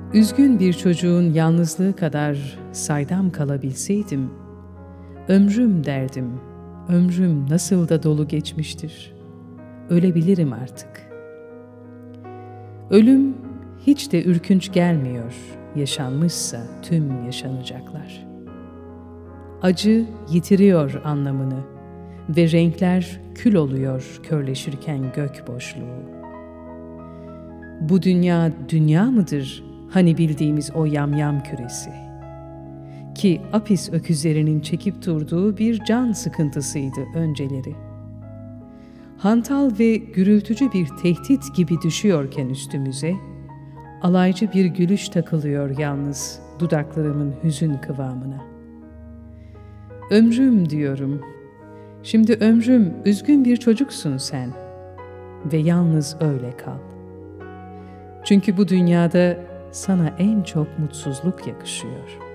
Üzgün bir çocuğun yalnızlığı kadar saydam kalabilseydim, ömrüm derdim, ömrüm nasıl da dolu geçmiştir. Ölebilirim artık. Ölüm hiç de ürkünç gelmiyor, yaşanmışsa tüm yaşanacaklar. Acı yitiriyor anlamını ve renkler kül oluyor körleşirken gök boşluğu. Bu dünya dünya mıdır hani bildiğimiz o yamyam küresi? Ki Apis öküzlerinin çekip durduğu bir can sıkıntısıydı önceleri. Hantal ve gürültücü bir tehdit gibi düşüyorken üstümüze, alaycı bir gülüş takılıyor yalnız dudaklarımın hüzün kıvamına. Ömrüm diyorum, şimdi ömrüm üzgün bir çocuksun sen ve yalnız öyle kal. Çünkü bu dünyada sana en çok mutsuzluk yakışıyor.